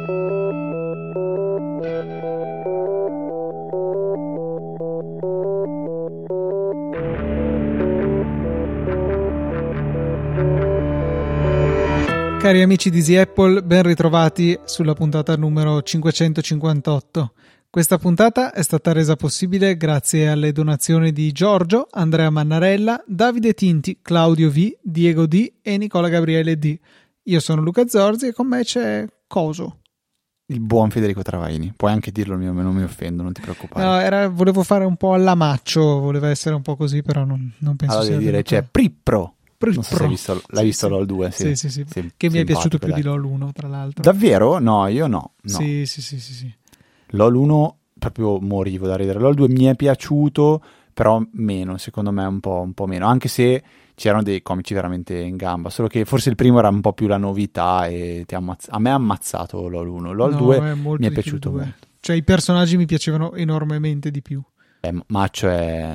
Cari amici di Easy Apple, ben ritrovati sulla puntata numero 558. Questa puntata è stata resa possibile grazie alle donazioni di Giorgio, Andrea Mannarella, Davide Tinti, Claudio V, Diego D e Nicola Gabriele D. Io sono Luca Zorzi e con me c'è Coso. Il buon Federico Travaini. Puoi anche dirlo il mio, non mi offendo, non ti preoccupare. No, volevo fare un po' alla Maccio, voleva essere un po' così, però non penso allora sia devi dire, c'è Prippro. Non so se l'hai visto sì. LOL 2. Sì. Che mi è piaciuto più di LOL 1, tra l'altro. Davvero? No, io no. Sì. LOL 1 proprio morivo da ridere. LOL 2 mi è piaciuto, però meno, secondo me un po' meno. Anche se c'erano dei comici veramente in gamba. Solo che forse il primo era un po' più la novità e a me ha ammazzato LOL 1. LOL 2 mi è piaciuto molto. Cioè i personaggi mi piacevano enormemente di più. Maccio è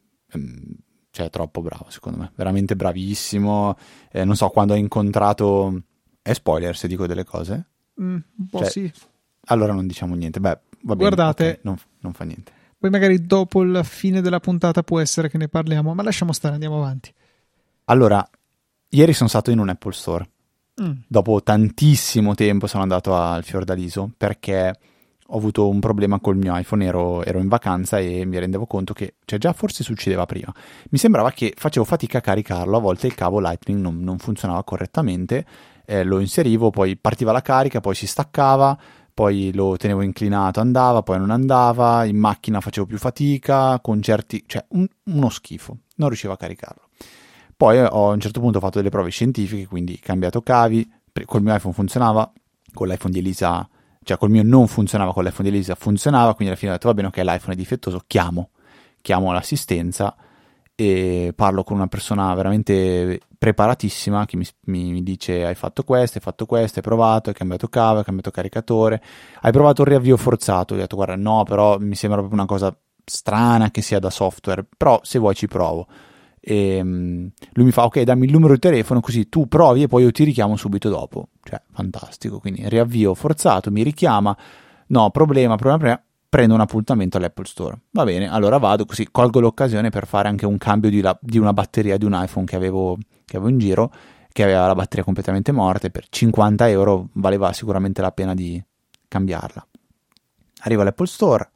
troppo bravo, secondo me, veramente bravissimo. Non so, quando ha incontrato, è spoiler se dico delle cose? Un po' sì. Allora non diciamo niente. Beh, va bene. Guardate, okay, non fa niente. Poi magari dopo la fine della puntata può essere che ne parliamo, ma lasciamo stare, andiamo avanti. Allora, ieri sono stato in un Apple Store. Dopo tantissimo tempo sono andato al Fiordaliso perché ho avuto un problema col mio iPhone, ero in vacanza e mi rendevo conto che, cioè già forse succedeva prima, mi sembrava che facevo fatica a caricarlo, a volte il cavo Lightning non funzionava correttamente, lo inserivo, poi partiva la carica, poi si staccava, poi lo tenevo inclinato, andava, poi non andava, in macchina facevo più fatica, cioè uno schifo, non riuscivo a caricarlo. Poi a un certo punto ho fatto delle prove scientifiche, quindi cambiato cavi, col mio iPhone funzionava, con l'iPhone di Elisa, cioè col mio non funzionava, con l'iPhone di Elisa funzionava, quindi alla fine ho detto va bene, ok, l'iPhone è difettoso, chiamo l'assistenza e parlo con una persona veramente preparatissima che mi dice hai fatto questo, hai provato, hai cambiato cavo, hai cambiato caricatore, hai provato il riavvio forzato. Ho detto guarda no, però mi sembra proprio una cosa strana che sia da software, però se vuoi ci provo. E lui mi fa ok, dammi il numero di telefono così tu provi e poi io ti richiamo subito dopo. Cioè fantastico, quindi riavvio forzato, mi richiama, no problema, prendo un appuntamento all'Apple Store. Va bene, allora vado, così colgo l'occasione per fare anche un cambio di una batteria di un iPhone che avevo in giro, che aveva la batteria completamente morta e per 50 euro valeva sicuramente la pena di cambiarla. Arrivo all'Apple Store,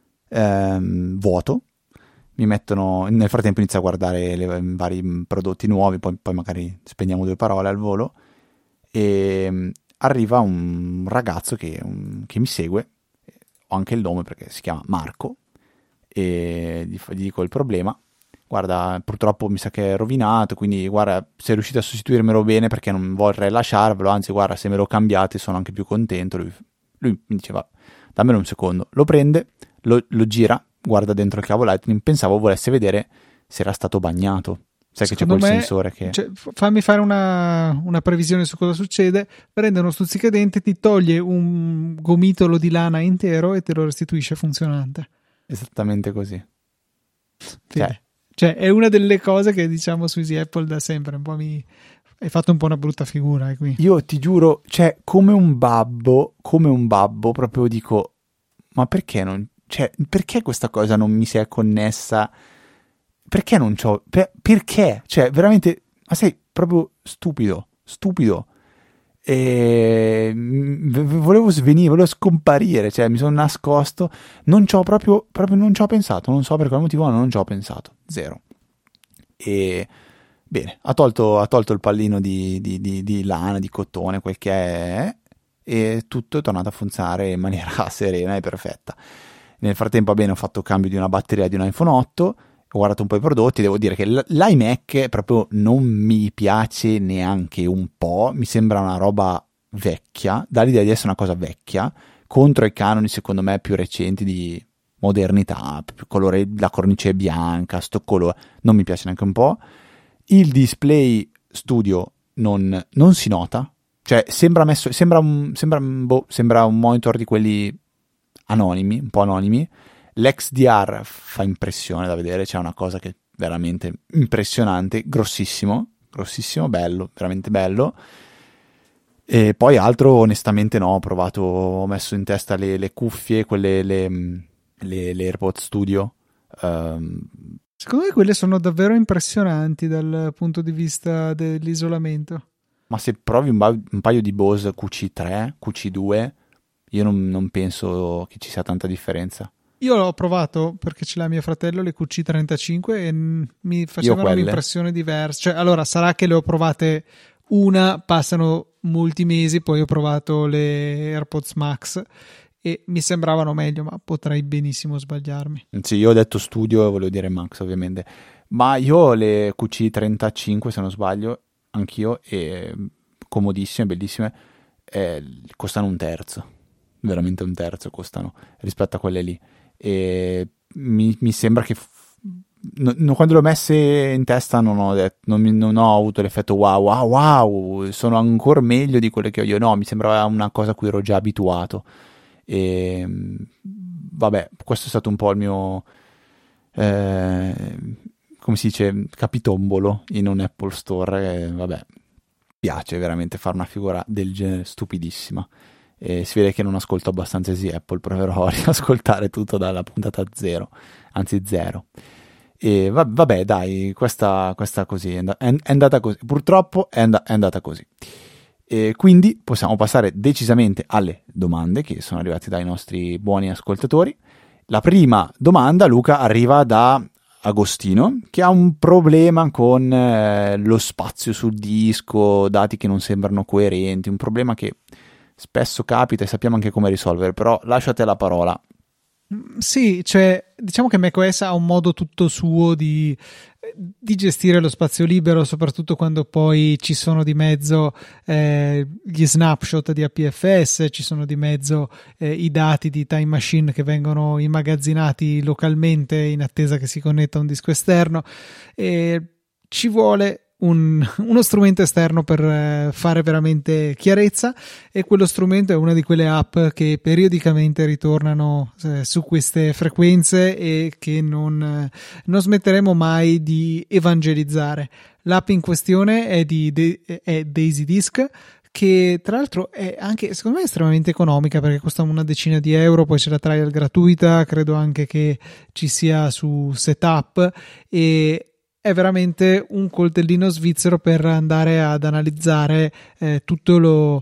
vuoto, mi mettono, nel frattempo inizio a guardare i vari prodotti nuovi, poi magari spendiamo 2 parole al volo, e arriva un ragazzo che mi segue, ho anche il nome perché si chiama Marco, e gli dico il problema, guarda purtroppo mi sa che è rovinato, quindi guarda se riuscite a sostituirmelo bene perché non vorrei lasciarvelo, anzi guarda se me lo cambiate sono anche più contento. Lui mi diceva dammelo un secondo, lo prende, lo gira, guarda dentro il cavo Lightning, pensavo volesse vedere se era stato bagnato. Sai secondo che c'è quel sensore che... Cioè, fammi fare una previsione su cosa succede. Prende uno stuzzicadente, ti toglie un gomitolo di lana intero e te lo restituisce funzionante. Esattamente così. Cioè è una delle cose che diciamo su Easy Apple da sempre, un po' hai fatto un po' una brutta figura qui. Io ti giuro, cioè come un babbo, proprio dico, ma perché non... Cioè, perché questa cosa non mi si è connessa? Perché non c'ho... Perché? Cioè, veramente... Ma sei proprio stupido. E volevo svenire, volevo scomparire. Cioè, mi sono nascosto. Non ci ho proprio non ci ho pensato. Non so per quale motivo, ma non ci ho pensato. Zero. E... Bene, ha tolto il pallino di lana, di cotone, quel che è, e tutto è tornato a funzionare in maniera serena e perfetta. Nel frattempo, bene, ho fatto cambio di una batteria di un iPhone 8, ho guardato un po' i prodotti, devo dire che l'iMac proprio non mi piace neanche un po', mi sembra una roba vecchia, dà l'idea di essere una cosa vecchia, contro i canoni secondo me più recenti di modernità, colore, la cornice è bianca, sto colore, non mi piace neanche un po'. Il display studio non si nota, cioè sembra un monitor di quelli anonimi, un po' anonimi. L'XDR fa impressione da vedere, c'è una cosa che è veramente impressionante, grossissimo, bello, veramente bello. E poi altro onestamente no, ho messo in testa le cuffie, quelle, le AirPods Studio. Secondo me quelle sono davvero impressionanti dal punto di vista dell'isolamento. Ma se provi un paio di Bose QC3, QC2, io non penso che ci sia tanta differenza. Io l'ho provato perché ce l'ha mio fratello, le QC35, e mi facevano un'impressione diversa. Cioè, allora, sarà che le ho provate passano molti mesi, poi ho provato le AirPods Max e mi sembravano meglio, ma potrei benissimo sbagliarmi. Sì, io ho detto Studio e volevo dire Max, ovviamente. Ma io ho le QC35, se non sbaglio, anch'io, e comodissime, bellissime, costano un terzo, veramente un terzo costano rispetto a quelle lì. E mi sembra che quando le ho messe in testa non ho avuto l'effetto wow, sono ancora meglio di quelle che ho io. No, mi sembrava una cosa a cui ero già abituato. E vabbè, questo è stato un po' il mio come si dice, capitombolo in un Apple Store. Vabbè, piace veramente fare una figura del genere, stupidissima. E si vede che non ascolto abbastanza Easy Apple, proverò a riascoltare tutto dalla puntata 0, anzi 0. E vabbè, dai, questa così è andata così, purtroppo è andata così. E quindi possiamo passare decisamente alle domande che sono arrivate dai nostri buoni ascoltatori. La prima domanda, Luca, arriva da Agostino, che ha un problema con lo spazio sul disco, dati che non sembrano coerenti, un problema che spesso capita e sappiamo anche come risolvere, però lasciate la parola. Sì, cioè diciamo che macOS ha un modo tutto suo di gestire lo spazio libero, soprattutto quando poi ci sono di mezzo gli snapshot di APFS, ci sono di mezzo i dati di Time Machine che vengono immagazzinati localmente in attesa che si connetta a un disco esterno, e ci vuole uno strumento esterno per fare veramente chiarezza, e quello strumento è una di quelle app che periodicamente ritornano su queste frequenze e che non smetteremo mai di evangelizzare. L'app in questione è è Daisy Disk, che tra l'altro è anche, secondo me, estremamente economica perché costa una decina di euro, poi c'è la trial gratuita, credo anche che ci sia su Setup, e è veramente un coltellino svizzero per andare ad analizzare tutto lo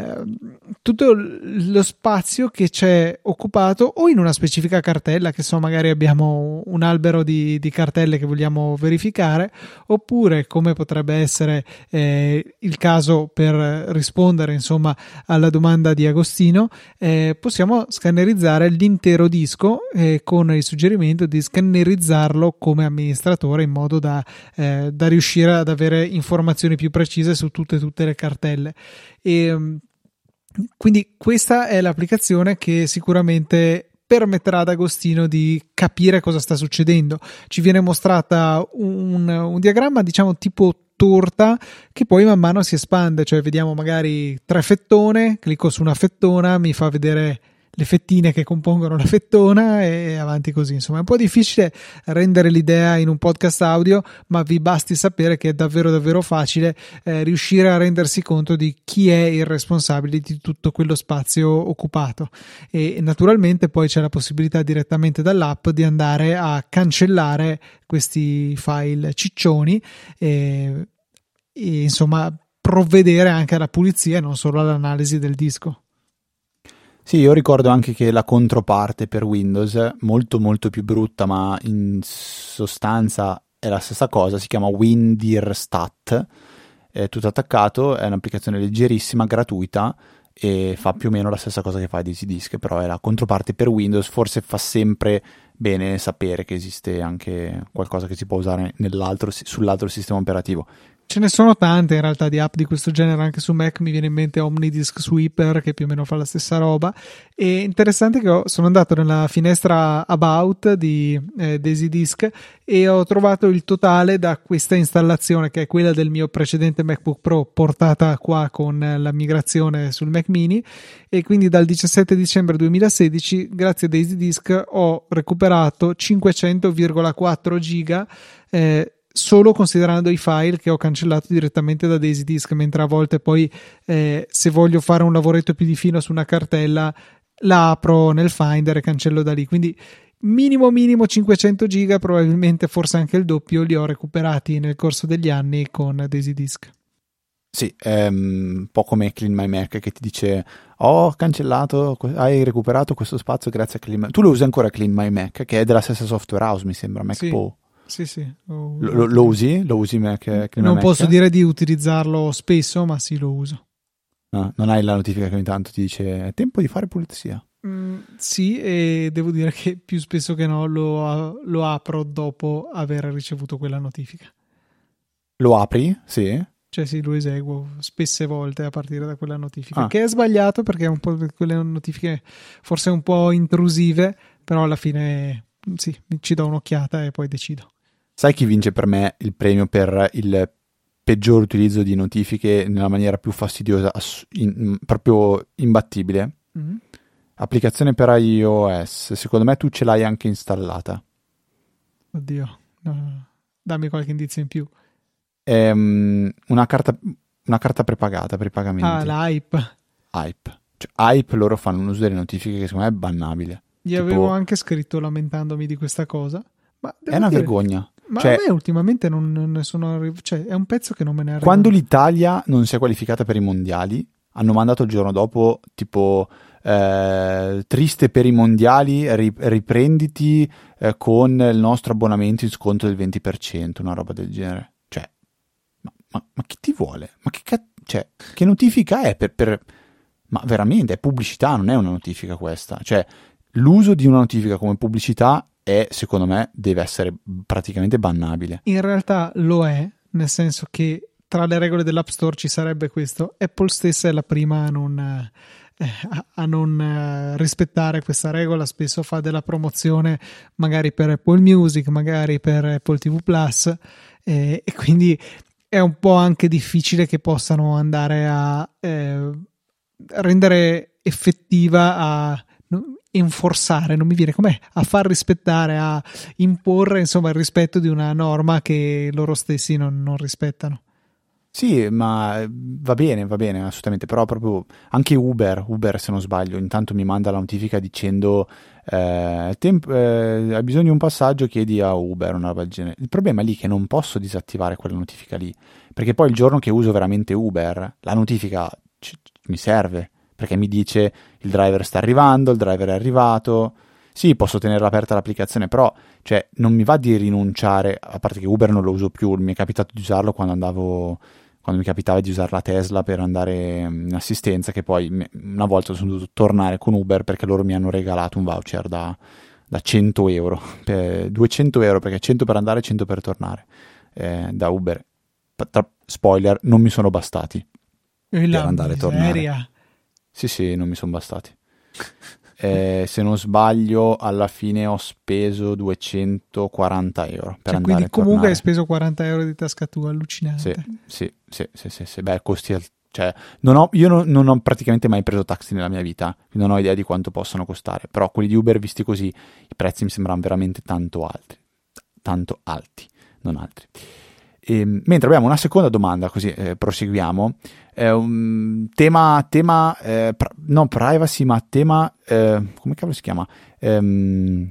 spazio che c'è occupato o in una specifica cartella, che so, magari abbiamo un albero di cartelle che vogliamo verificare, oppure, come potrebbe essere il caso per rispondere insomma alla domanda di Agostino, possiamo scannerizzare l'intero disco con il suggerimento di scannerizzarlo come amministratore, in modo da riuscire ad avere informazioni più precise su tutte le cartelle. E quindi questa è l'applicazione che sicuramente permetterà ad Agostino di capire cosa sta succedendo. Ci viene mostrata un diagramma, diciamo, tipo torta, che poi man mano si espande, cioè vediamo magari 3 fettone, clicco su una fettona, mi fa vedere le fettine che compongono la fettona e avanti così. Insomma, è un po' difficile rendere l'idea in un podcast audio, ma vi basti sapere che è davvero davvero facile riuscire a rendersi conto di chi è il responsabile di tutto quello spazio occupato. E naturalmente poi c'è la possibilità direttamente dall'app di andare a cancellare questi file ciccioni e insomma provvedere anche alla pulizia e non solo all'analisi del disco. Sì, io ricordo anche che la controparte per Windows, molto molto più brutta, ma in sostanza è la stessa cosa, si chiama WinDirStat, è tutto attaccato, è un'applicazione leggerissima, gratuita, e fa più o meno la stessa cosa che fa DaisyDisk, però è la controparte per Windows. Forse fa sempre bene sapere che esiste anche qualcosa che si può usare sull'altro sistema operativo. Ce ne sono tante in realtà di app di questo genere anche su Mac. Mi viene in mente OmniDisk Sweeper, che più o meno fa la stessa roba. E interessante che sono andato nella finestra About di Daisy Disk e ho trovato il totale da questa installazione, che è quella del mio precedente MacBook Pro portata qua con la migrazione sul Mac Mini, e quindi dal 17 dicembre 2016 grazie a Daisy Disk ho recuperato 500,4 giga solo considerando i file che ho cancellato direttamente da Daisy Disk, mentre a volte poi se voglio fare un lavoretto più di fino su una cartella la apro nel Finder e cancello da lì. Quindi minimo 500 giga, probabilmente forse anche il doppio, li ho recuperati nel corso degli anni con Daisy Disk. Sì, è un po' come Clean My Mac che ti dice ho cancellato, hai recuperato questo spazio grazie a Clean My Mac. Tu lo usi ancora Clean My Mac, che è della stessa software house, mi sembra, MacPo. Sì. Lo usi? Lo usi Mac? Clean My Non Mac? posso dire di utilizzarlo spesso, ma sì, lo uso. No, non hai la notifica che ogni tanto ti dice è tempo di fare pulizia? Sì, e devo dire che più spesso che no lo apro dopo aver ricevuto quella notifica. Lo apri? Sì. Cioè sì, lo eseguo spesse volte a partire da quella notifica, che è sbagliato perché è un po' quelle notifiche forse un po' intrusive, però alla fine sì, ci do un'occhiata e poi decido. Sai chi vince per me il premio per il peggior utilizzo di notifiche nella maniera più fastidiosa, proprio imbattibile? Mm-hmm. Applicazione per iOS, secondo me tu ce l'hai anche installata. Oddio, no. Dammi qualche indizio in più. È una carta prepagata per i pagamenti. Ah, l'Hype. Cioè, Hype loro fanno un uso delle notifiche che secondo me è bannabile. Gli avevo anche scritto lamentandomi di questa cosa. Ma è una vergogna. Ma a me ultimamente non ne sono... Cioè, è un pezzo che non me ne arriva. Quando l'Italia non si è qualificata per i mondiali, hanno mandato il giorno dopo tipo triste per i mondiali, riprenditi con il nostro abbonamento in sconto del 20%, una roba del genere. Cioè, ma chi ti vuole? Ma che notifica è per... Ma veramente è pubblicità, non è una notifica questa. Cioè, l'uso di una notifica come pubblicità è, secondo me, deve essere praticamente bannabile. In realtà lo è, nel senso che tra le regole dell'App Store ci sarebbe questo. Apple stessa è la prima a non rispettare questa regola, spesso fa della promozione magari per Apple Music, magari per Apple TV Plus, e quindi è un po' anche difficile che possano andare a rendere effettiva, a enforzare, non mi viene com'è, a far rispettare, a imporre insomma il rispetto di una norma che loro stessi non rispettano. Sì, ma va bene, assolutamente, però proprio anche Uber, se non sbaglio, intanto mi manda la notifica dicendo hai bisogno di un passaggio, chiedi a Uber, una roba del genere. Il problema è lì che non posso disattivare quella notifica lì, perché poi il giorno che uso veramente Uber, la notifica mi serve, perché mi dice il driver sta arrivando, il driver è arrivato. Sì, posso tenerla aperta l'applicazione, però cioè, non mi va di rinunciare, a parte che Uber non lo uso più, mi è capitato di usarlo quando mi capitava di usare la Tesla per andare in assistenza, che poi una volta sono dovuto tornare con Uber perché loro mi hanno regalato un voucher da 100 euro, 200 euro, perché 100 per andare e 100 per tornare da Uber. Spoiler, non mi sono bastati per andare e tornare. Sì, non mi sono bastati. Se non sbaglio alla fine ho speso 240 euro per andare quindi e comunque tornare. hai speso 40 euro di tasca tua, allucinante. Sì. Beh, costi cioè, io non ho praticamente mai preso taxi nella mia vita, quindi non ho idea di quanto possano costare, però quelli di Uber visti così i prezzi mi sembrano veramente tanto alti, non altri. Mentre abbiamo una seconda domanda, così proseguiamo. Un tema non privacy, ma tema come cavolo si chiama? Ti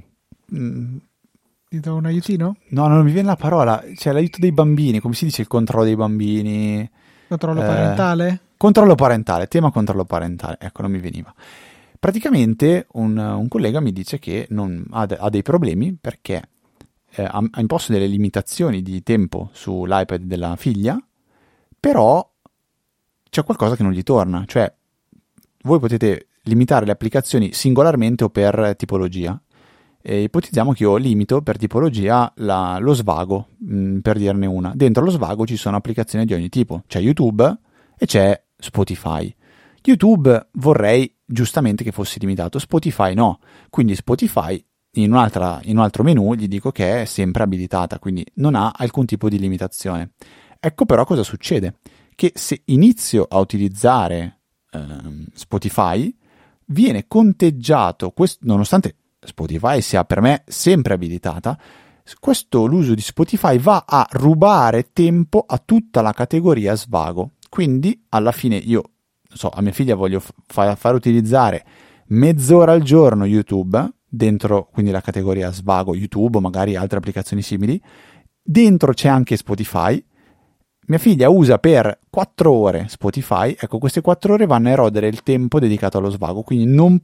do un aiutino? No, non mi viene la parola. Cioè l'aiuto dei bambini, come si dice il controllo dei bambini? Controllo parentale? Controllo parentale, tema controllo parentale. Ecco, non mi veniva. Praticamente un collega mi dice che ha dei problemi perché ha imposto delle limitazioni di tempo sull'iPad della figlia, però c'è qualcosa che non gli torna. Cioè, voi potete limitare le applicazioni singolarmente o per tipologia. E ipotizziamo che io limito per tipologia lo svago, per dirne una. Dentro lo svago ci sono applicazioni di ogni tipo. C'è YouTube e c'è Spotify. YouTube vorrei giustamente che fosse limitato, Spotify no. Quindi Spotify in un altro menu gli dico che è sempre abilitata, quindi non ha alcun tipo di limitazione. Ecco però cosa succede, che se inizio a utilizzare Spotify viene conteggiato, nonostante Spotify sia per me sempre abilitata, l'uso di Spotify va a rubare tempo a tutta la categoria svago. Quindi alla fine io, non so, a mia figlia voglio far utilizzare mezz'ora al giorno YouTube, dentro quindi la categoria svago YouTube o magari altre applicazioni simili, dentro c'è anche Spotify. Mia figlia usa per 4 ore Spotify, ecco, queste 4 ore vanno a erodere il tempo dedicato allo svago, quindi non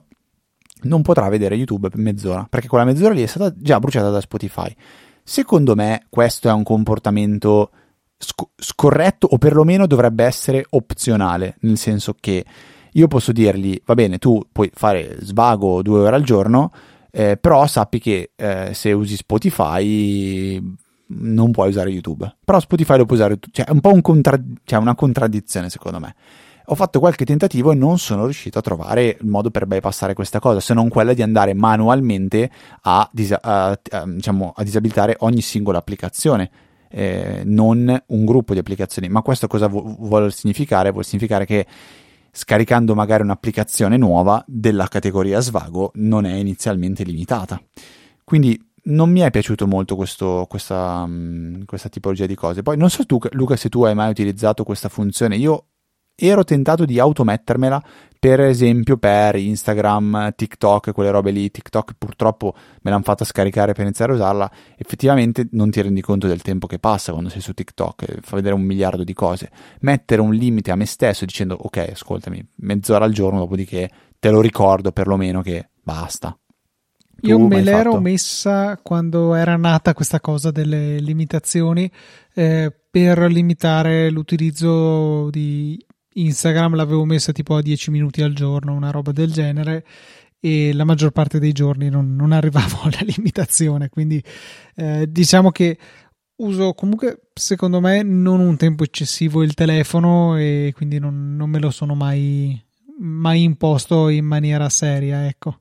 potrà vedere YouTube per mezz'ora, perché quella mezz'ora lì è stata già bruciata da Spotify. Secondo me questo è un comportamento scorretto, o perlomeno dovrebbe essere opzionale, nel senso che io posso dirgli, va bene, tu puoi fare svago 2 ore al giorno, però sappi che se usi Spotify non puoi usare YouTube, però Spotify lo puoi usare, cioè è un po' una contraddizione secondo me. Ho fatto qualche tentativo e non sono riuscito a trovare il modo per bypassare questa cosa, se non quella di andare manualmente a disabilitare ogni singola applicazione, non un gruppo di applicazioni. Ma questo cosa vuole significare? Vuol significare che scaricando magari un'applicazione nuova della categoria svago non è inizialmente limitata. Quindi non mi è piaciuto molto questa tipologia di cose. Poi non so tu, Luca, se tu hai mai utilizzato questa funzione. Io ero tentato di automettermela, per esempio per Instagram, TikTok, quelle robe lì. TikTok purtroppo me l'hanno fatta scaricare per iniziare a usarla. Effettivamente non ti rendi conto del tempo che passa quando sei su TikTok, fa vedere 1 miliardo di cose. Mettere un limite a me stesso dicendo ok, ascoltami, mezz'ora al giorno, dopodiché te lo ricordo perlomeno che basta. Io me l'ero messa quando era nata questa cosa delle limitazioni, per limitare l'utilizzo di Instagram. L'avevo messa tipo a 10 minuti al giorno, una roba del genere, e la maggior parte dei giorni non arrivavo alla limitazione, quindi diciamo che uso comunque, secondo me, non un tempo eccessivo il telefono, e quindi non me lo sono mai imposto in maniera seria, ecco.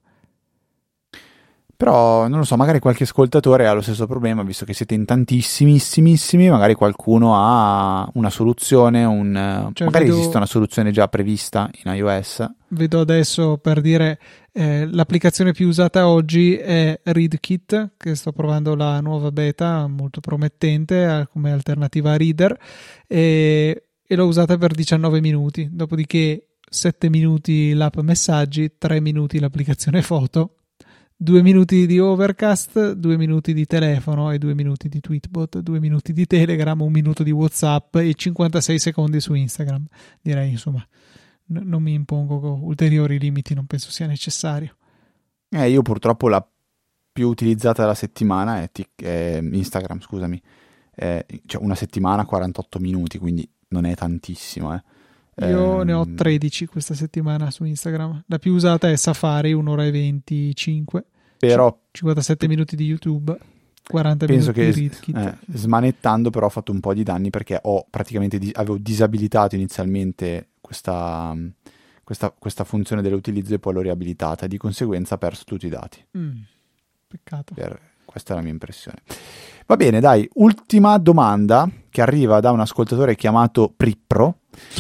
Però non lo so, magari qualche ascoltatore ha lo stesso problema, visto che siete in tantissimissimi, magari qualcuno ha una soluzione, magari esiste una soluzione già prevista in iOS. Vedo adesso, per dire, l'applicazione più usata oggi è ReadKit, che sto provando la nuova beta, molto promettente come alternativa a Reader, e l'ho usata per 19 minuti, dopodiché 7 minuti l'app messaggi, 3 minuti l'applicazione foto, 2 minuti di Overcast, 2 minuti di telefono e 2 minuti di Tweetbot, 2 minuti di Telegram, 1 minuto di WhatsApp e 56 secondi su Instagram. Direi, insomma, non mi impongo ulteriori limiti, non penso sia necessario. Io purtroppo la più utilizzata della settimana è Instagram, scusami. Cioè una settimana 48 minuti, quindi non è tantissimo. Io ne ho 13 questa settimana su Instagram. La più usata è Safari, 1 ora e 25. Però 57 minuti di YouTube, 40 penso minuti che di ReadKit. Smanettando però ho fatto un po' di danni, perché avevo disabilitato inizialmente questa funzione dell'utilizzo e poi l'ho riabilitata, e di conseguenza ho perso tutti i dati. Peccato. Questa è la mia impressione. Va bene, dai, ultima domanda che arriva da un ascoltatore chiamato Prippro.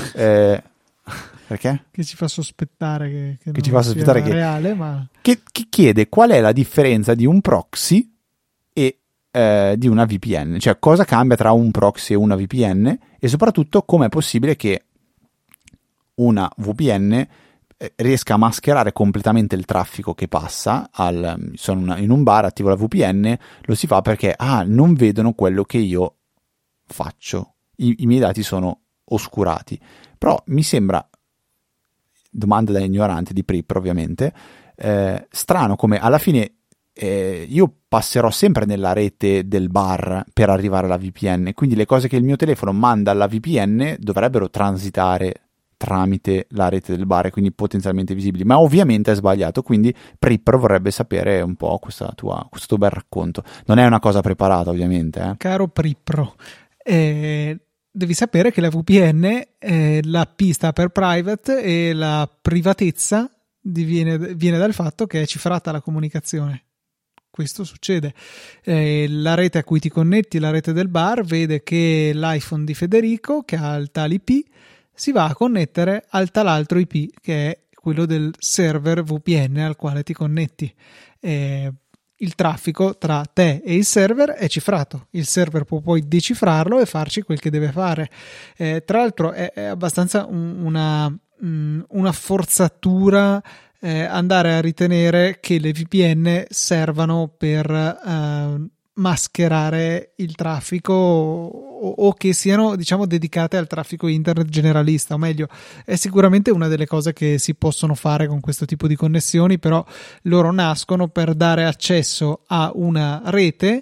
Perché? Che ci fa sospettare che ci fa sospettare che reale, ma che chiede qual è la differenza di un proxy e di una VPN, cioè cosa cambia tra un proxy e una VPN, e soprattutto come è possibile che una VPN riesca a mascherare completamente il traffico che passa. Sono in un bar, attivo la VPN, lo si fa perché non vedono quello che io faccio, i miei dati sono oscurati. Però mi sembra, domanda da ignorante di Prip ovviamente, strano come alla fine io passerò sempre nella rete del bar per arrivare alla VPN, quindi le cose che il mio telefono manda alla VPN dovrebbero transitare tramite la rete del bar e quindi potenzialmente visibili, ma ovviamente è sbagliato. Quindi Pripro vorrebbe sapere un po' questo tuo bel racconto. Non è una cosa preparata ovviamente. Caro Pripro, devi sapere che la VPN, la P sta per private, e la privatezza viene dal fatto che è cifrata la comunicazione. Questo succede. La rete a cui ti connetti, la rete del bar, vede che l'iPhone di Federico, che ha il tale IP, si va a connettere al tal'altro IP, che è quello del server VPN al quale ti connetti. il traffico tra te e il server è cifrato, il server può poi decifrarlo e farci quel che deve fare. Tra l'altro è abbastanza una forzatura andare a ritenere che le VPN servano per mascherare il traffico o che siano, diciamo, dedicate al traffico internet generalista, o meglio, è sicuramente una delle cose che si possono fare con questo tipo di connessioni, però loro nascono per dare accesso a una rete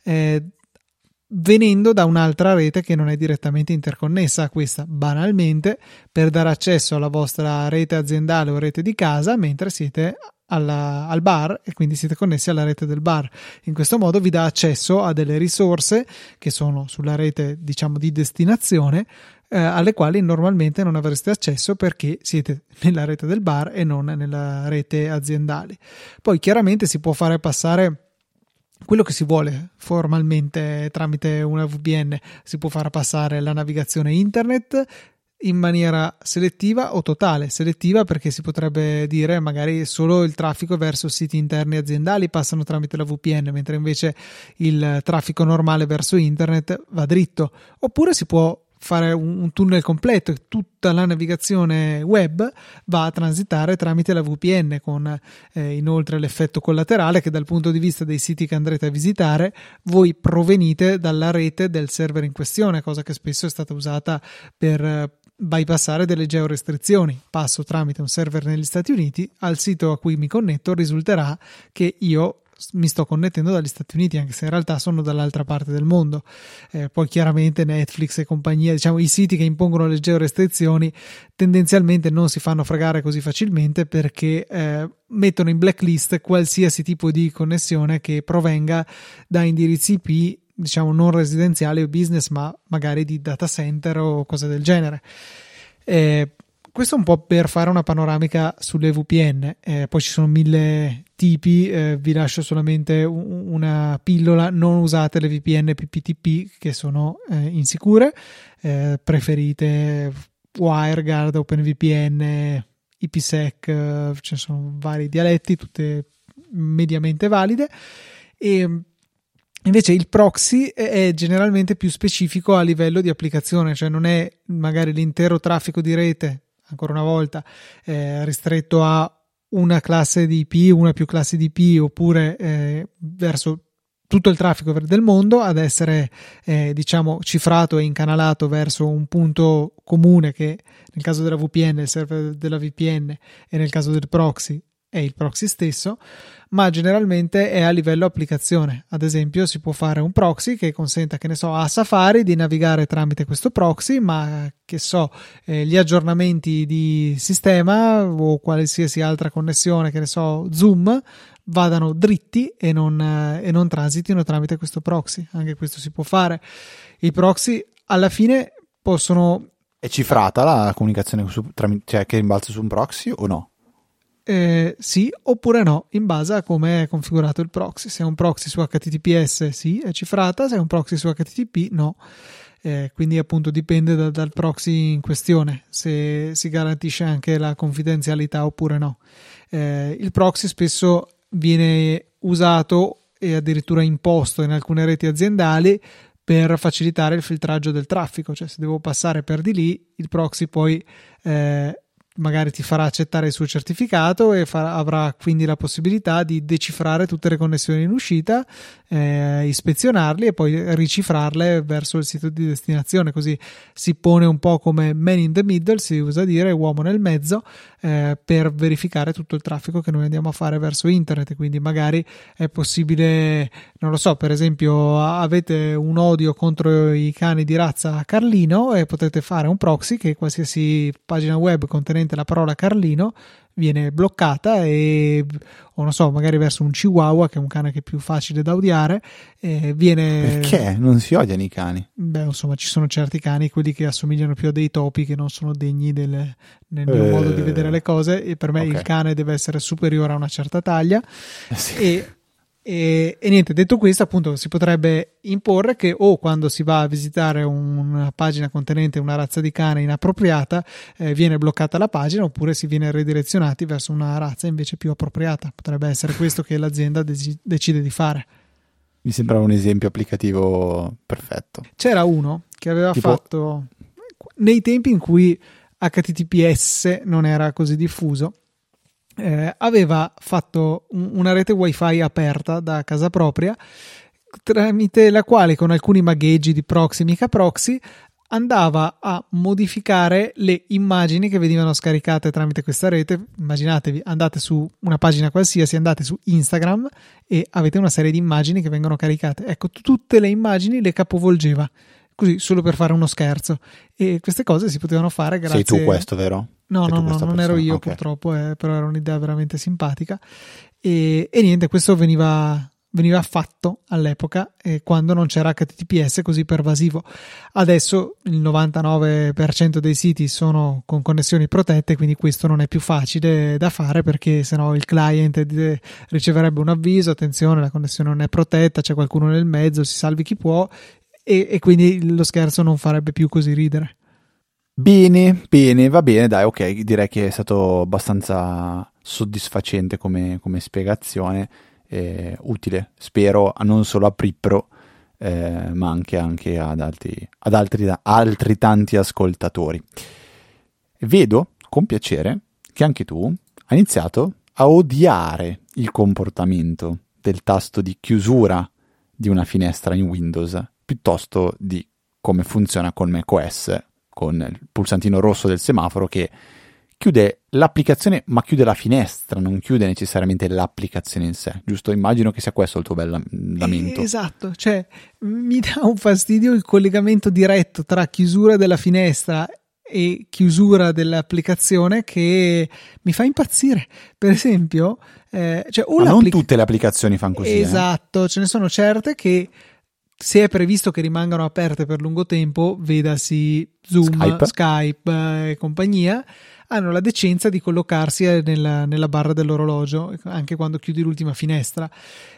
venendo da un'altra rete che non è direttamente interconnessa a questa, banalmente per dare accesso alla vostra rete aziendale o rete di casa mentre siete al bar e quindi siete connessi alla rete del bar. In questo modo vi dà accesso a delle risorse che sono sulla rete, diciamo, di destinazione, alle quali normalmente non avreste accesso perché siete nella rete del bar e non nella rete aziendale. Poi chiaramente si può fare passare quello che si vuole formalmente tramite una VPN, si può far passare la navigazione internet in maniera selettiva o totale. Selettiva perché si potrebbe dire magari solo il traffico verso siti interni aziendali passano tramite la VPN, mentre invece il traffico normale verso internet va dritto. Oppure si può fare un tunnel completo e tutta la navigazione web va a transitare tramite la VPN, con inoltre l'effetto collaterale che dal punto di vista dei siti che andrete a visitare voi provenite dalla rete del server in questione, cosa che spesso è stata usata per bypassare delle georestrizioni. Passo tramite un server negli Stati Uniti, al sito a cui mi connetto risulterà che io mi sto connettendo dagli Stati Uniti, anche se in realtà sono dall'altra parte del mondo. Poi chiaramente Netflix e compagnia, diciamo i siti che impongono le georestrizioni tendenzialmente non si fanno fregare così facilmente perché mettono in blacklist qualsiasi tipo di connessione che provenga da indirizzi IP, diciamo non residenziali o business, ma magari di data center o cose del genere. Questo un po' per fare una panoramica sulle VPN, poi ci sono 1000 tipi, vi lascio solamente una pillola: non usate le VPN PPTP che sono insicure, preferite WireGuard, OpenVPN, IPsec, ce ne sono vari dialetti, tutte mediamente valide. E invece il proxy è generalmente più specifico a livello di applicazione, cioè non è magari l'intero traffico di rete, ancora una volta, ristretto a una classe di IP, una più classi di IP, oppure verso tutto il traffico del mondo, ad essere diciamo cifrato e incanalato verso un punto comune che nel caso della VPN è il server della VPN e nel caso del proxy è il proxy stesso, ma generalmente è a livello applicazione. Ad esempio si può fare un proxy che consenta, che ne so, a Safari di navigare tramite questo proxy, ma che so, gli aggiornamenti di sistema o qualsiasi altra connessione, che ne so, Zoom, vadano dritti e non transitino tramite questo proxy. Anche questo si può fare. I proxy alla fine possono... È cifrata la comunicazione cioè che rimbalza su un proxy o no? Sì oppure no, in base a come è configurato il proxy. Se è un proxy su HTTPS sì, è cifrata; se è un proxy su HTTP no. Quindi appunto dipende dal proxy in questione se si garantisce anche la confidenzialità oppure no. Il proxy spesso viene usato e addirittura imposto in alcune reti aziendali per facilitare il filtraggio del traffico, cioè se devo passare per di lì, il proxy poi magari ti farà accettare il suo certificato e avrà quindi la possibilità di decifrare tutte le connessioni in uscita, ispezionarli e poi ricifrarle verso il sito di destinazione. Così si pone un po' come man in the middle, si usa dire, uomo nel mezzo, per verificare tutto il traffico che noi andiamo a fare verso internet. Quindi magari è possibile, non lo so, per esempio avete un odio contro i cani di razza Carlino e potete fare un proxy che qualsiasi pagina web contenente la parola Carlino viene bloccata o non so, magari verso un Chihuahua, che è un cane che è più facile da odiare, viene... Perché? Non si odiano i cani? Beh, insomma, ci sono certi cani, quelli che assomigliano più a dei topi, che non sono degni nel mio modo di vedere le cose, e per me il cane deve essere superiore a una certa taglia. Sì. E E niente, detto questo, appunto, si potrebbe imporre che quando si va a visitare una pagina contenente una razza di cane inappropriata, viene bloccata la pagina, oppure si viene ridirezionati verso una razza invece più appropriata. Potrebbe essere questo che l'azienda decide di fare. Mi sembra un esempio applicativo perfetto. C'era uno che aveva fatto nei tempi in cui HTTPS non era così diffuso. Aveva fatto una rete wifi aperta da casa propria, tramite la quale con alcuni magheggi di proxy, mica proxy, andava a modificare le immagini che venivano scaricate tramite questa rete. Immaginatevi, andate su una pagina qualsiasi, andate su Instagram e avete una serie di immagini che vengono caricate. Ecco, tutte le immagini le capovolgeva, così solo per fare uno scherzo, e queste cose si potevano fare grazie... Sei tu questo, vero? No, non ero io, okay. Purtroppo, però era un'idea veramente simpatica e niente, questo veniva fatto all'epoca, quando non c'era HTTPS così pervasivo. Adesso il 99% dei siti sono con connessioni protette, quindi questo non è più facile da fare, perché sennò il client riceverebbe un avviso: attenzione, la connessione non è protetta, c'è qualcuno nel mezzo, si salvi chi può, e quindi lo scherzo non farebbe più così ridere. Bene, va bene, dai, ok, direi che è stato abbastanza soddisfacente come spiegazione, utile, spero, non solo a Pripro, ma anche ad altri tanti ascoltatori. Vedo con piacere che anche tu hai iniziato a odiare il comportamento del tasto di chiusura di una finestra in Windows, piuttosto di come funziona con macOS, con il pulsantino rosso del semaforo che chiude l'applicazione, ma chiude la finestra, non chiude necessariamente l'applicazione in sé, giusto? Immagino che sia questo il tuo bel lamento. Esatto, cioè mi dà un fastidio il collegamento diretto tra chiusura della finestra e chiusura dell'applicazione, che mi fa impazzire. Per esempio, ma non tutte le applicazioni fanno così. Esatto, ce ne sono certe che, se è previsto che rimangano aperte per lungo tempo, vedasi Zoom, Skype e compagnia, hanno la decenza di collocarsi nella barra dell'orologio anche quando chiudi l'ultima finestra.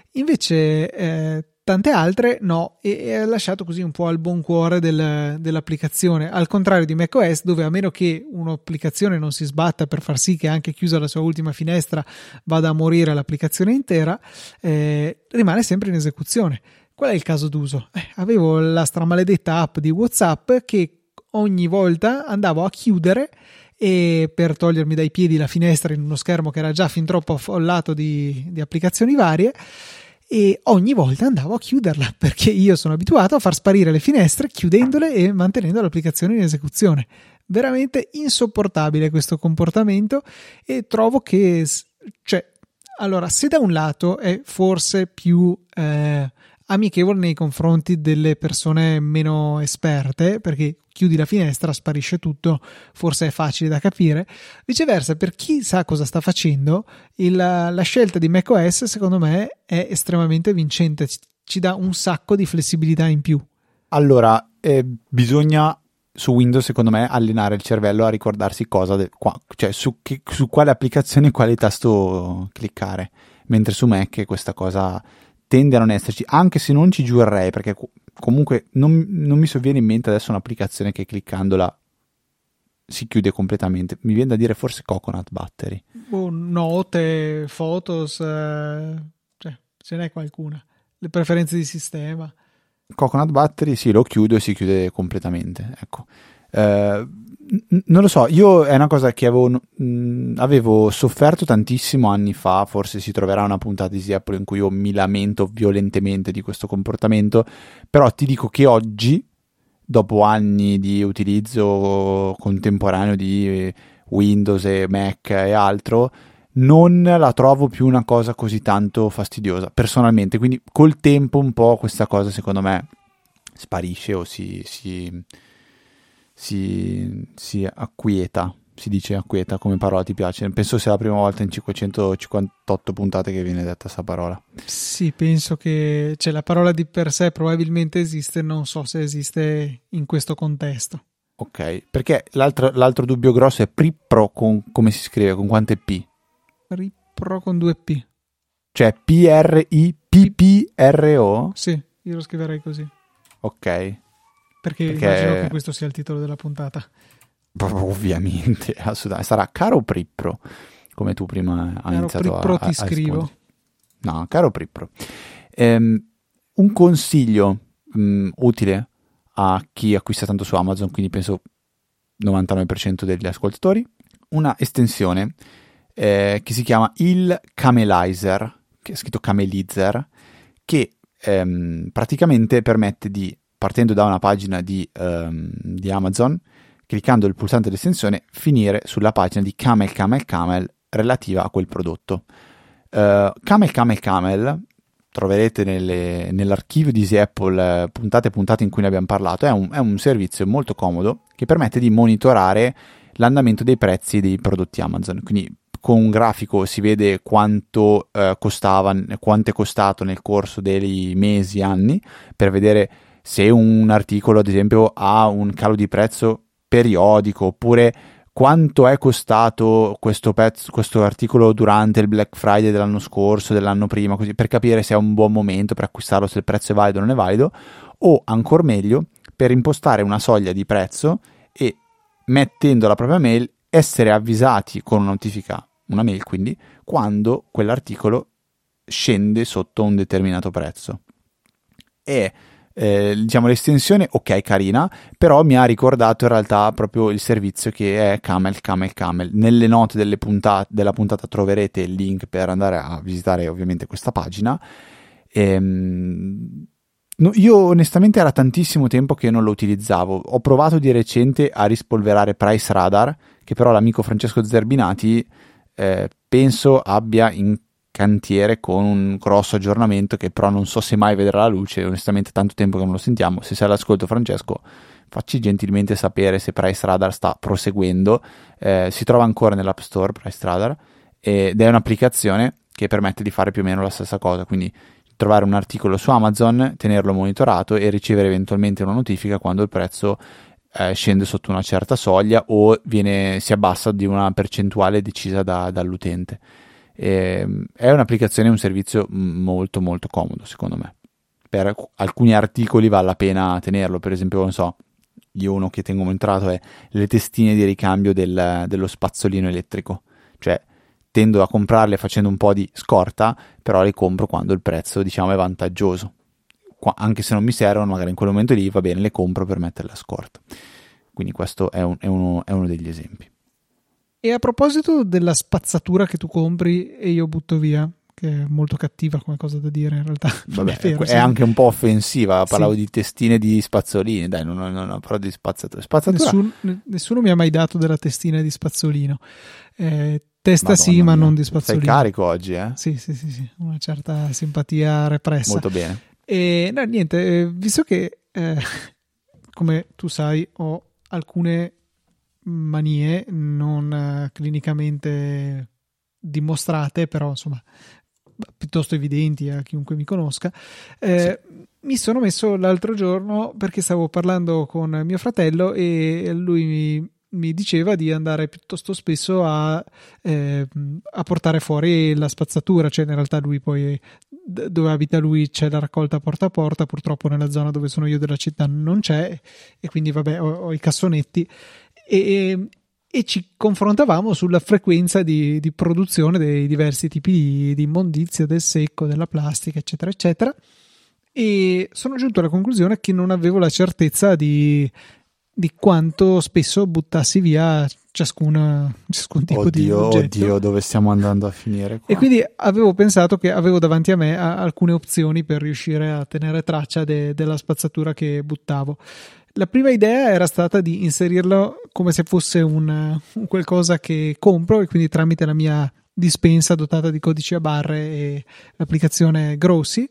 Invece tante altre no, e è lasciato così un po' al buon cuore dell'applicazione, al contrario di macOS, dove a meno che un'applicazione non si sbatta per far sì che anche chiusa la sua ultima finestra vada a morire l'applicazione intera, rimane sempre in esecuzione. Qual è il caso d'uso? Avevo la stramaledetta app di WhatsApp che ogni volta andavo a chiudere, e per togliermi dai piedi la finestra in uno schermo che era già fin troppo affollato di applicazioni varie, e ogni volta andavo a chiuderla, perché io sono abituato a far sparire le finestre chiudendole e mantenendo l'applicazione in esecuzione. Veramente insopportabile questo comportamento, e trovo che, allora, se da un lato è forse più amichevole nei confronti delle persone meno esperte, perché chiudi la finestra, sparisce tutto, forse è facile da capire, viceversa per chi sa cosa sta facendo, la scelta di macOS secondo me è estremamente vincente, ci dà un sacco di flessibilità in più. Allora, bisogna su Windows secondo me allenare il cervello a ricordarsi cioè su quale applicazione, quale tasto cliccare, mentre su Mac questa cosa tende a non esserci, anche se non ci giurerei, perché comunque non mi sovviene in mente adesso un'applicazione che cliccandola si chiude completamente. Mi viene da dire forse Coconut Battery. Note, Photos, ce n'è qualcuna. Le preferenze di sistema. Coconut Battery sì, lo chiudo e si chiude completamente, ecco. Non lo so, io è una cosa che avevo sofferto tantissimo anni fa, forse si troverà una puntata di Easy Apple in cui io mi lamento violentemente di questo comportamento, però ti dico che oggi, dopo anni di utilizzo contemporaneo di Windows e Mac e altro, non la trovo più una cosa così tanto fastidiosa, personalmente, quindi col tempo un po' questa cosa secondo me sparisce o si acquieta, si dice acquieta come parola, ti piace? Penso sia la prima volta in 558 puntate che viene detta sta parola. Sì, penso che la parola di per sé probabilmente esiste, non so se esiste in questo contesto. Ok, perché l'altro dubbio grosso è Pripro come si scrive, con quante P? Pripro con 2 P. Cioè Prippro? Sì, io lo scriverei così. Ok. Perché immagino che questo sia il titolo della puntata. Ovviamente, assolutamente. Sarà Caro Prippro, come tu prima hai iniziato Prippro ti scrivo. No, Caro Prippro. Un consiglio utile a chi acquista tanto su Amazon, quindi penso 99% degli ascoltatori, una estensione che si chiama il Camelizer, che è scritto Camelizer, che praticamente permette di, partendo da una pagina di Amazon, cliccando il pulsante dell'estensione, finire sulla pagina di Camel relativa a quel prodotto. Camel troverete nell'archivio di Easy Apple puntate in cui ne abbiamo parlato. È un servizio molto comodo che permette di monitorare l'andamento dei prezzi dei prodotti Amazon, quindi con un grafico si vede quanto costava, quanto è costato nel corso dei mesi, anni, per vedere se un articolo ad esempio ha un calo di prezzo periodico, oppure quanto è costato questo articolo durante il Black Friday dell'anno scorso, dell'anno prima, così, per capire se è un buon momento per acquistarlo, se il prezzo è valido o non è valido, o ancora meglio per impostare una soglia di prezzo e, mettendo la propria mail, essere avvisati con una notifica, una mail quindi, quando quell'articolo scende sotto un determinato prezzo. E diciamo l'estensione, ok, carina, però mi ha ricordato in realtà proprio il servizio che è Camel. Nelle note della puntata troverete il link per andare a visitare ovviamente questa pagina. Io onestamente era tantissimo tempo che non lo utilizzavo. Ho provato di recente a rispolverare Price Radar, che però l'amico Francesco Zerbinati penso abbia in cantiere con un grosso aggiornamento che però non so se mai vedrà la luce. Onestamente tanto tempo che non lo sentiamo. Se sei all'ascolto, Francesco, facci gentilmente sapere se Price Radar sta proseguendo. Si trova ancora nell'App Store Price Radar, ed è un'applicazione che permette di fare più o meno la stessa cosa, quindi trovare un articolo su Amazon, tenerlo monitorato e ricevere eventualmente una notifica quando il prezzo scende sotto una certa soglia o si abbassa di una percentuale decisa dall'utente. È un'applicazione, un servizio molto molto comodo, secondo me. Per alcuni articoli vale la pena tenerlo. Per esempio, non so, io uno che tengo monitorato è le testine di ricambio dello spazzolino elettrico. Cioè tendo a comprarle facendo un po' di scorta, però le compro quando il prezzo, diciamo, è vantaggioso. Anche se non mi servono, magari in quel momento lì va bene, le compro per metterle a scorta. Quindi questo è uno degli esempi. E a proposito della spazzatura che tu compri e io butto via, che è molto cattiva come cosa da dire in realtà. Vabbè, è anche un po' offensiva. Parlavo di testine di spazzolini, dai, non parlo di spazzatura. Nessuno mi ha mai dato della testina di spazzolino. Testa Madonna sì, ma non di spazzolino. Sei carico oggi, eh? Sì, una certa simpatia repressa. Molto bene. E no, niente, visto che come tu sai ho alcune manie non clinicamente dimostrate, però insomma piuttosto evidenti a chiunque mi conosca, mi sono messo l'altro giorno perché stavo parlando con mio fratello e lui mi diceva di andare piuttosto spesso a portare fuori la spazzatura. Cioè in realtà lui poi, dove abita lui, c'è la raccolta porta a porta, purtroppo nella zona dove sono io della città non c'è, e quindi vabbè ho i cassonetti e ci confrontavamo sulla frequenza di produzione dei diversi tipi di immondizia, del secco, della plastica, eccetera eccetera, e sono giunto alla conclusione che non avevo la certezza di quanto spesso buttassi via ciascun tipo di oggetto. Oddio, dove stiamo andando a finire qua? E quindi avevo pensato che avevo davanti a me alcune opzioni per riuscire a tenere traccia della spazzatura che buttavo. La prima idea era stata di inserirlo come se fosse un qualcosa che compro, e quindi tramite la mia dispensa dotata di codici a barre e l'applicazione Grossi,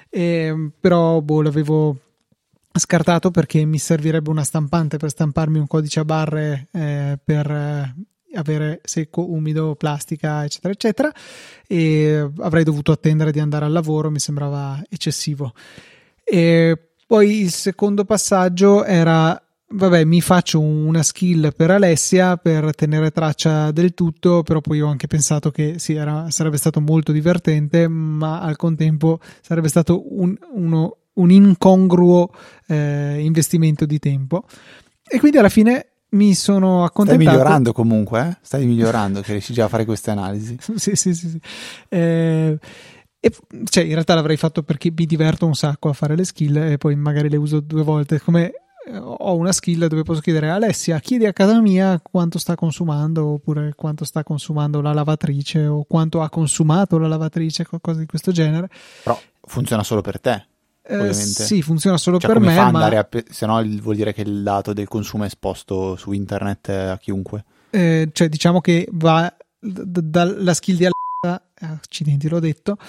però l'avevo scartato perché mi servirebbe una stampante per stamparmi un codice a barre per avere secco, umido, plastica, eccetera eccetera, e avrei dovuto attendere di andare al lavoro, mi sembrava eccessivo. E poi il secondo passaggio era vabbè, mi faccio una skill per Alessia per tenere traccia del tutto, però poi ho anche pensato che sì, sarebbe stato molto divertente, ma al contempo sarebbe stato un incongruo investimento di tempo. E quindi alla fine mi sono accontentato. Stai migliorando comunque, eh? Stai migliorando, che riesci già a fare queste analisi. Sì. E cioè, in realtà l'avrei fatto perché mi diverto un sacco a fare le skill e poi magari le uso 2 volte. Come ho una skill dove posso chiedere a Alessia, chiedi a casa mia quanto sta consumando, oppure quanto sta consumando la lavatrice, o quanto ha consumato la lavatrice, qualcosa di questo genere. Però funziona solo per te. Ovviamente. Sì, funziona solo cioè, per come me, fa ma andare se no vuol dire che il dato del consumo è esposto su internet a chiunque. cioè diciamo che va dalla skill di Alexa, accidenti l'ho detto,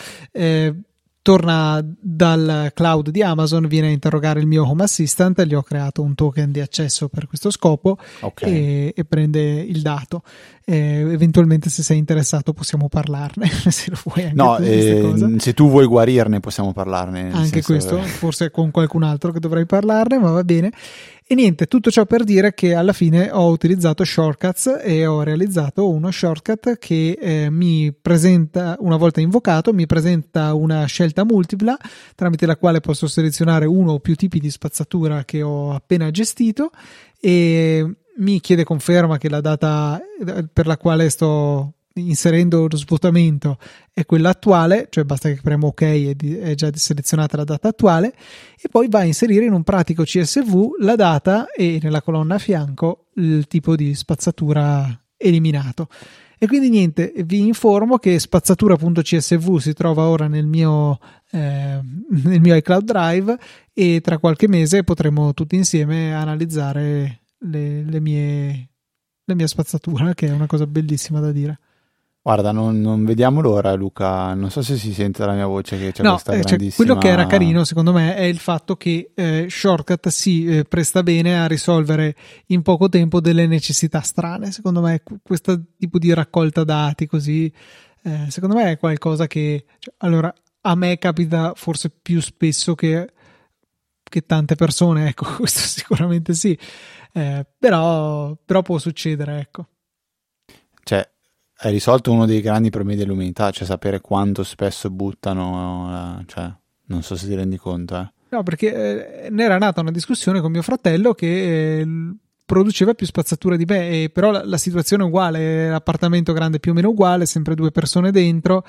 torna dal cloud di Amazon, viene a interrogare il mio Home Assistant, gli ho creato un token di accesso per questo scopo, okay. e prende il dato. Eventualmente, se sei interessato, possiamo parlarne. Se lo vuoi anche no, tu, queste cose. se tu vuoi guarirne possiamo parlarne. Anche questo, forse con qualcun altro che dovrei parlarne, ma va bene. E niente, tutto ciò per dire che alla fine ho utilizzato Shortcuts e ho realizzato uno shortcut che mi presenta, una volta invocato, mi presenta una scelta multipla tramite la quale posso selezionare uno o più tipi di spazzatura che ho appena gestito, e mi chiede conferma che la data per la quale sto inserendo lo svuotamento è quella attuale, cioè basta che premo ok e è già selezionata la data attuale, e poi va a inserire in un pratico CSV la data e nella colonna a fianco il tipo di spazzatura eliminato. E quindi niente, vi informo che spazzatura.csv si trova ora nel mio iCloud Drive, e tra qualche mese potremo tutti insieme analizzare la mia spazzatura, che è una cosa bellissima da dire. Guarda, non vediamo l'ora, Luca. Non so se si sente dalla mia voce che c'è questa grandissima... quello che era carino secondo me è il fatto che Shortcut si presta bene a risolvere in poco tempo delle necessità strane. Secondo me questo tipo di raccolta dati così, secondo me è qualcosa che, allora, a me capita forse più spesso che tante persone, ecco, questo sicuramente sì, però può succedere, ecco. Cioè, hai risolto uno dei grandi problemi dell'umanità, cioè sapere quanto spesso buttano, cioè, non so se ti rendi conto, No, perché ne era nata una discussione con mio fratello che produceva più spazzatura di me, però la situazione è uguale, l'appartamento grande più o meno uguale, sempre 2 persone dentro,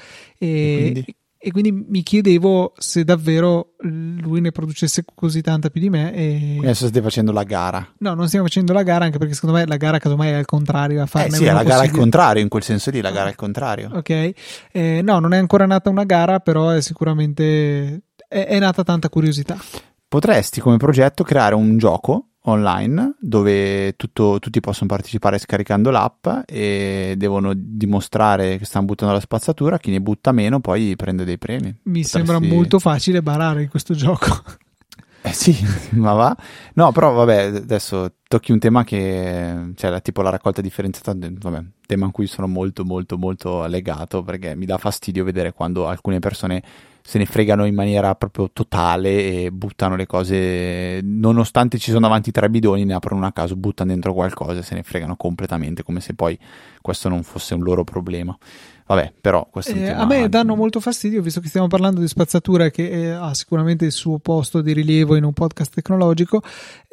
e quindi mi chiedevo se davvero lui ne producesse così tanta più di me. Adesso stai facendo la gara. No, non stiamo facendo la gara, anche perché secondo me la gara casomai è al contrario, a farne sì, è la gara al possibile. contrario, in quel senso lì, la gara al contrario. Ok, no, non è ancora nata una gara, però è sicuramente è nata tanta curiosità. Potresti come progetto creare un gioco online dove tutti possono partecipare scaricando l'app e devono dimostrare che stanno buttando la spazzatura. Chi ne butta meno poi prende dei premi. Sembra molto facile barare in questo gioco. Sì, ma va. No, però vabbè, adesso tocchi un tema che, cioè, tipo la raccolta differenziata, vabbè, tema a cui sono molto molto molto legato, perché mi dà fastidio vedere quando alcune persone se ne fregano in maniera proprio totale e buttano le cose, nonostante ci sono davanti 3 bidoni, ne aprono uno a caso, buttano dentro qualcosa e se ne fregano completamente, come se poi questo non fosse un loro problema. Vabbè, però questo è un tema... A me danno molto fastidio, visto che stiamo parlando di spazzatura che ha sicuramente il suo posto di rilievo in un podcast tecnologico,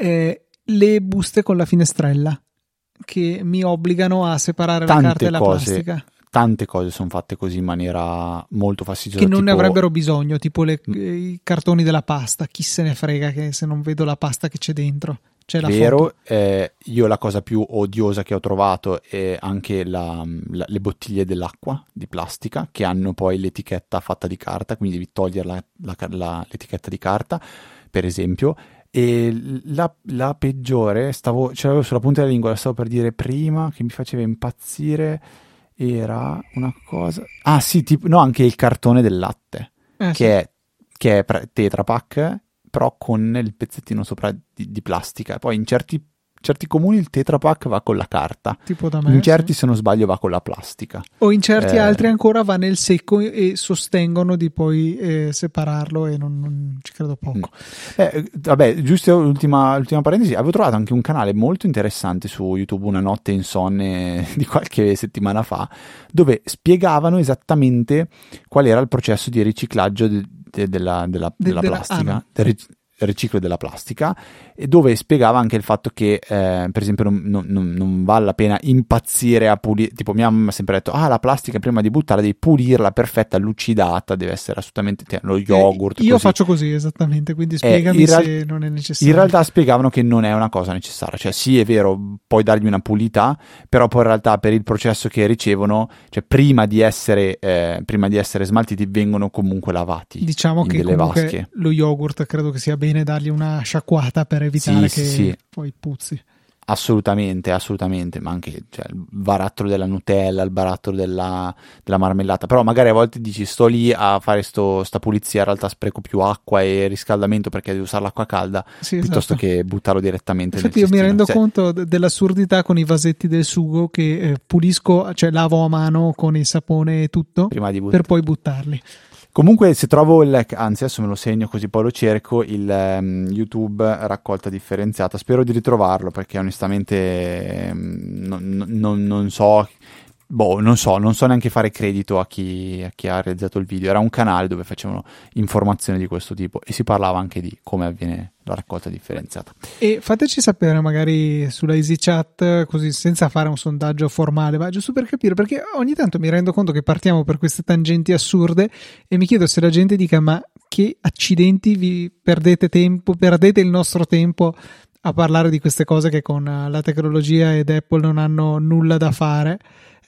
le buste con la finestrella che mi obbligano a separare la carta e la plastica. Tante cose sono fatte così in maniera molto fastidiosa. Che non ne avrebbero bisogno, tipo i cartoni della pasta. Chi se ne frega che se non vedo la pasta che c'è dentro? C'è la vero, foto. Io la cosa più odiosa che ho trovato è anche le bottiglie dell'acqua di plastica che hanno poi l'etichetta fatta di carta, quindi devi togliere l'etichetta di carta, per esempio. E la peggiore, ce sulla punta della lingua, la stavo per dire prima, che mi faceva impazzire, era una cosa... Ah sì, no, anche il cartone del latte, che è Tetra Pak, però con il pezzettino sopra di plastica. Poi in certi certi comuni il Tetra Pak va con la carta, tipo da me, in certi se non sbaglio va con la plastica, o in certi altri ancora va nel secco e sostengono di poi separarlo, e non ci credo poco. Vabbè, giusto l'ultima parentesi, avevo trovato anche un canale molto interessante su YouTube, Una notte insonne di qualche settimana fa, dove spiegavano esattamente qual era il processo di riciclaggio della plastica, del riciclo della plastica, e dove spiegava anche il fatto che per esempio non vale la pena impazzire a pulire, tipo mia mamma ha sempre detto la plastica prima di buttarla devi pulirla perfetta, lucidata, deve essere assolutamente lo yogurt, io così. faccio così esattamente, quindi spiegami se non è necessario. In realtà spiegavano che non è una cosa necessaria, cioè sì, è vero, puoi dargli una pulita, però poi in realtà per il processo che ricevono, cioè prima di essere smaltiti vengono comunque lavati, diciamo in che delle comunque vasche. lo yogurt credo che sia bene dargli una sciacquata per evitare che poi puzzi. Assolutamente, ma anche il barattolo della Nutella, il barattolo della marmellata, però magari a volte dici sto lì a fare sta pulizia, in realtà spreco più acqua e riscaldamento perché devo usare l'acqua calda, piuttosto che buttarlo direttamente Infatti nel io mi cestino. rendo conto dell'assurdità con i vasetti del sugo che pulisco, cioè lavo a mano con il sapone e tutto prima di per poi buttarli. Comunque se trovo anzi adesso me lo segno così poi lo cerco, il YouTube raccolta differenziata, spero di ritrovarlo perché onestamente non so, non so neanche fare credito a chi ha realizzato il video. Era un canale dove facevano informazioni di questo tipo e si parlava anche di come avviene la raccolta differenziata. E fateci sapere magari sulla EasyChat, così senza fare un sondaggio formale, ma giusto per capire, perché ogni tanto mi rendo conto che partiamo per queste tangenti assurde e mi chiedo se la gente dica ma che accidenti, vi perdete tempo, perdete il nostro tempo a parlare di queste cose che con la tecnologia ed Apple non hanno nulla da fare.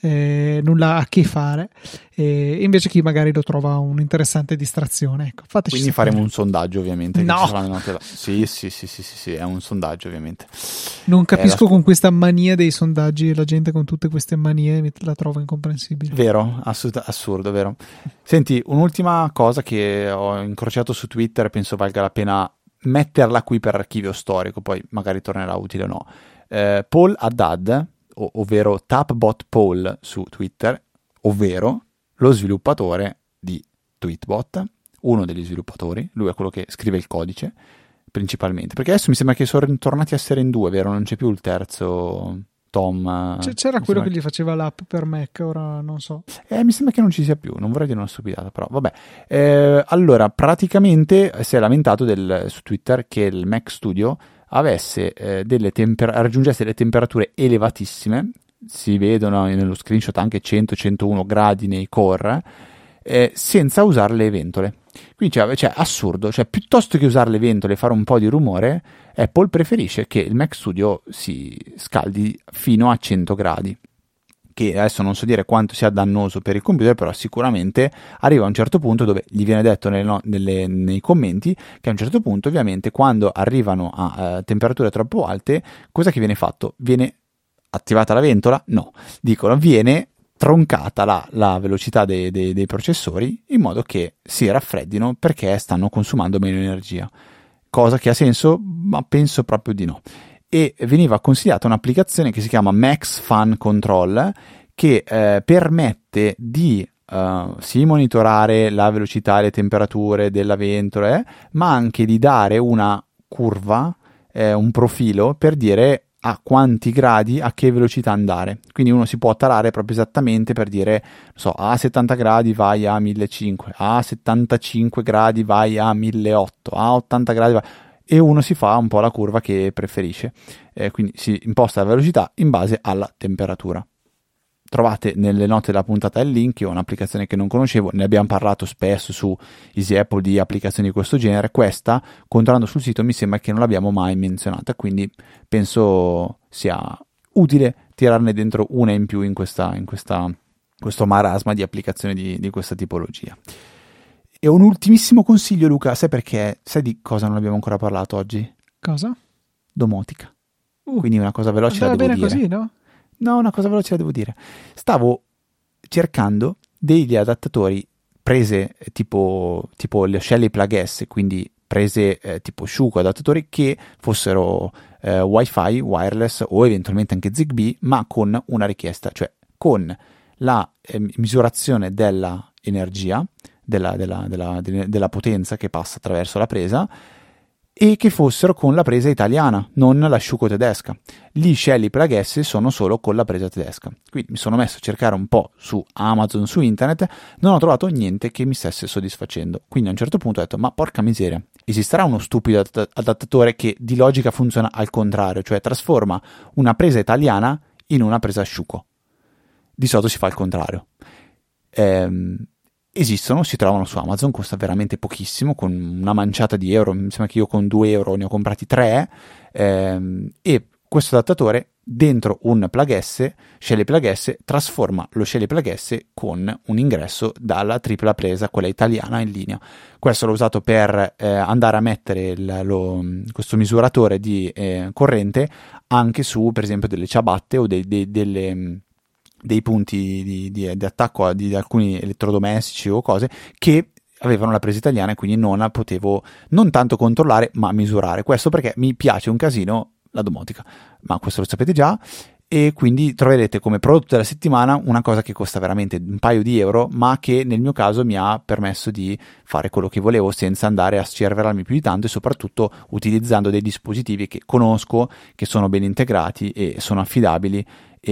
Nulla a che fare, invece chi magari lo trova un'interessante distrazione, ecco, fateci quindi sapere. faremo un sondaggio ovviamente. No, sì, è un sondaggio ovviamente. Non capisco con questa mania dei sondaggi, la gente con tutte queste manie la trovo incomprensibile. Vero, assurdo, vero. Senti, un'ultima cosa che ho incrociato su Twitter, penso valga la pena metterla qui per archivio storico, poi magari tornerà utile o no. Paul Haddad, ovvero Tapbot Paul su Twitter, ovvero lo sviluppatore di Tweetbot, uno degli sviluppatori, lui è quello che scrive il codice principalmente, perché adesso mi sembra che sono tornati a essere in due, vero? Non c'è più il terzo Tom. C'era quello che gli faceva l'app per Mac, ora non so. Mi sembra che non ci sia più, non vorrei dire una stupidata, però vabbè. Allora, praticamente si è lamentato su Twitter che il Mac Studio avesse raggiungesse delle temperature elevatissime, si vedono nello screenshot anche 100-101 gradi nei core, senza usare le ventole. Quindi cioè assurdo, cioè piuttosto che usare le ventole e fare un po' di rumore, Apple preferisce che il Mac Studio si scaldi fino a 100 gradi. Che adesso non so dire quanto sia dannoso per il computer, però sicuramente arriva a un certo punto dove gli viene detto nei commenti che a un certo punto ovviamente quando arrivano a temperature troppo alte, cosa che viene fatto? Viene attivata la ventola? No, dicono viene troncata la velocità dei processori in modo che si raffreddino perché stanno consumando meno energia. Cosa che ha senso? Ma penso proprio di no. E veniva consigliata un'applicazione che si chiama Max Fan Control che permette di sì monitorare la velocità e le temperature della ventola, ma anche di dare una curva, un profilo per dire a quanti gradi, a che velocità andare. Quindi uno si può tarare proprio esattamente per dire, non so, a 70 gradi vai a 1500, a 75 gradi vai a 1800, a 80 gradi vai... e uno si fa un po' la curva che preferisce, quindi si imposta la velocità in base alla temperatura. Trovate nelle note della puntata il link, è un'applicazione che non conoscevo, ne abbiamo parlato spesso su Easy Apple di applicazioni di questo genere. Questa, controllando sul sito, mi sembra che non l'abbiamo mai menzionata, quindi penso sia utile tirarne dentro una in più in questo marasma di applicazioni di questa tipologia. E un ultimissimo consiglio, Luca, sai perché? Sai di cosa non abbiamo ancora parlato oggi? Cosa? Domotica. Quindi una cosa veloce la devo bene dire. Così, no? No, una cosa veloce la devo dire. Stavo cercando degli adattatori prese tipo le Shelly Plug S, quindi prese tipo Sciuco, adattatori che fossero Wi-Fi, wireless o eventualmente anche Zigbee, ma con una richiesta, cioè con la misurazione della energia, della potenza che passa attraverso la presa, e che fossero con la presa italiana, non la Sciuco tedesca. Gli Shelly Plug S sono solo con la presa tedesca. Quindi mi sono messo a cercare un po' su Amazon, su internet, non ho trovato niente che mi stesse soddisfacendo. Quindi a un certo punto ho detto, ma porca miseria, esisterà uno stupido adattatore che di logica funziona al contrario, cioè trasforma una presa italiana in una presa Sciuco. Di solito si fa il contrario. Esistono, si trovano su Amazon, costa veramente pochissimo, con una manciata di euro. Mi sembra che io con 2 euro ne ho comprati 3, e questo adattatore dentro un plug S, Shelly Plug S, trasforma lo Shelly Plug S con un ingresso dalla tripla presa, quella italiana, in linea. Questo l'ho usato per andare a mettere questo misuratore di corrente anche su, per esempio, delle ciabatte o dei punti di attacco di alcuni elettrodomestici o cose che avevano la presa italiana, e quindi non la potevo non tanto controllare ma misurare. Questo perché mi piace un casino la domotica, ma questo lo sapete già, e quindi troverete come prodotto della settimana una cosa che costa veramente un paio di euro, ma che nel mio caso mi ha permesso di fare quello che volevo senza andare a scervelarmi più di tanto, e soprattutto utilizzando dei dispositivi che conosco, che sono ben integrati e sono affidabili,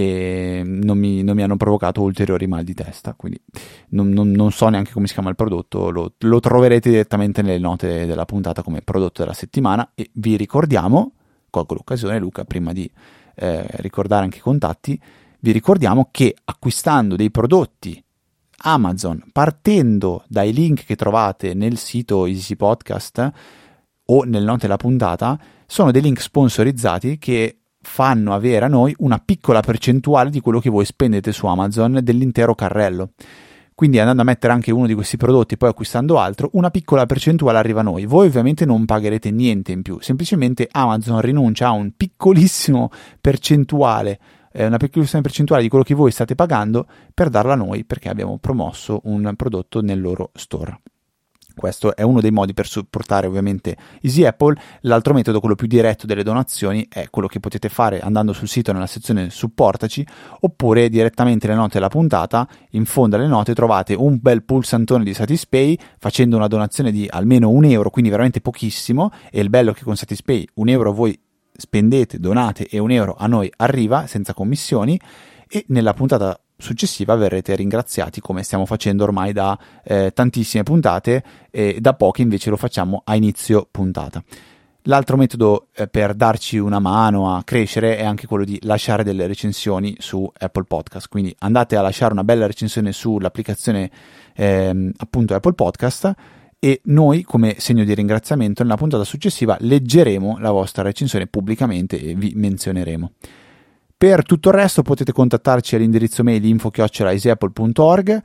e non mi hanno provocato ulteriori mal di testa. Quindi non so neanche come si chiama il prodotto, lo troverete direttamente nelle note della puntata come prodotto della settimana. E vi ricordiamo, colgo l'occasione, Luca, prima di ricordare anche i contatti, vi ricordiamo che acquistando dei prodotti Amazon partendo dai link che trovate nel sito Easy Podcast o nelle note della puntata, sono dei link sponsorizzati che fanno avere a noi una piccola percentuale di quello che voi spendete su Amazon dell'intero carrello. Quindi andando a mettere anche uno di questi prodotti, poi acquistando altro, una piccola percentuale arriva a noi. Voi ovviamente non pagherete niente in più, semplicemente Amazon rinuncia a un piccolissimo percentuale, una piccolissima percentuale di quello che voi state pagando, per darla a noi, perché abbiamo promosso un prodotto nel loro store. Questo è uno dei modi per supportare ovviamente Easy Apple. L'altro metodo, quello più diretto delle donazioni, è quello che potete fare andando sul sito nella sezione supportaci, oppure direttamente nelle note della puntata. In fondo alle note trovate un bel pulsantone di Satispay, facendo una donazione di almeno €1, quindi veramente pochissimo. E il bello è che con Satispay €1 voi spendete, donate, e €1 a noi arriva senza commissioni, e nella puntata successiva verrete ringraziati, come stiamo facendo ormai da tantissime puntate, e da poche invece lo facciamo a inizio puntata. L'altro metodo per darci una mano a crescere è anche quello di lasciare delle recensioni su Apple Podcast, quindi andate a lasciare una bella recensione sull'applicazione appunto Apple Podcast, e noi, come segno di ringraziamento, nella puntata successiva leggeremo la vostra recensione pubblicamente e vi menzioneremo. Per tutto il resto potete contattarci all'indirizzo mail info@easyapple.org,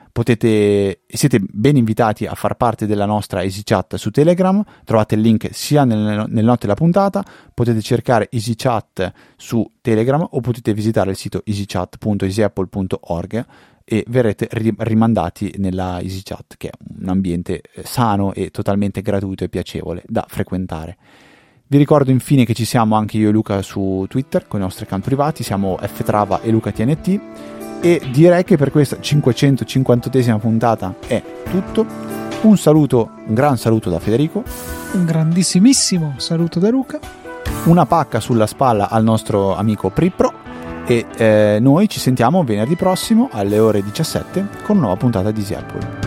siete ben invitati a far parte della nostra EasyChat su Telegram, trovate il link sia nelle note della puntata, potete cercare EasyChat su Telegram o potete visitare il sito easychat.easyapple.org e verrete rimandati nella EasyChat, che è un ambiente sano e totalmente gratuito e piacevole da frequentare. Vi ricordo infine che ci siamo anche io e Luca su Twitter con i nostri account privati, siamo ftrava e LucaTNT, e direi che per questa 558esima puntata è tutto. Un gran saluto da Federico, un grandissimissimo saluto da Luca, una pacca sulla spalla al nostro amico Pripro, e noi ci sentiamo venerdì prossimo alle ore 17 con una nuova puntata di Easy Apple.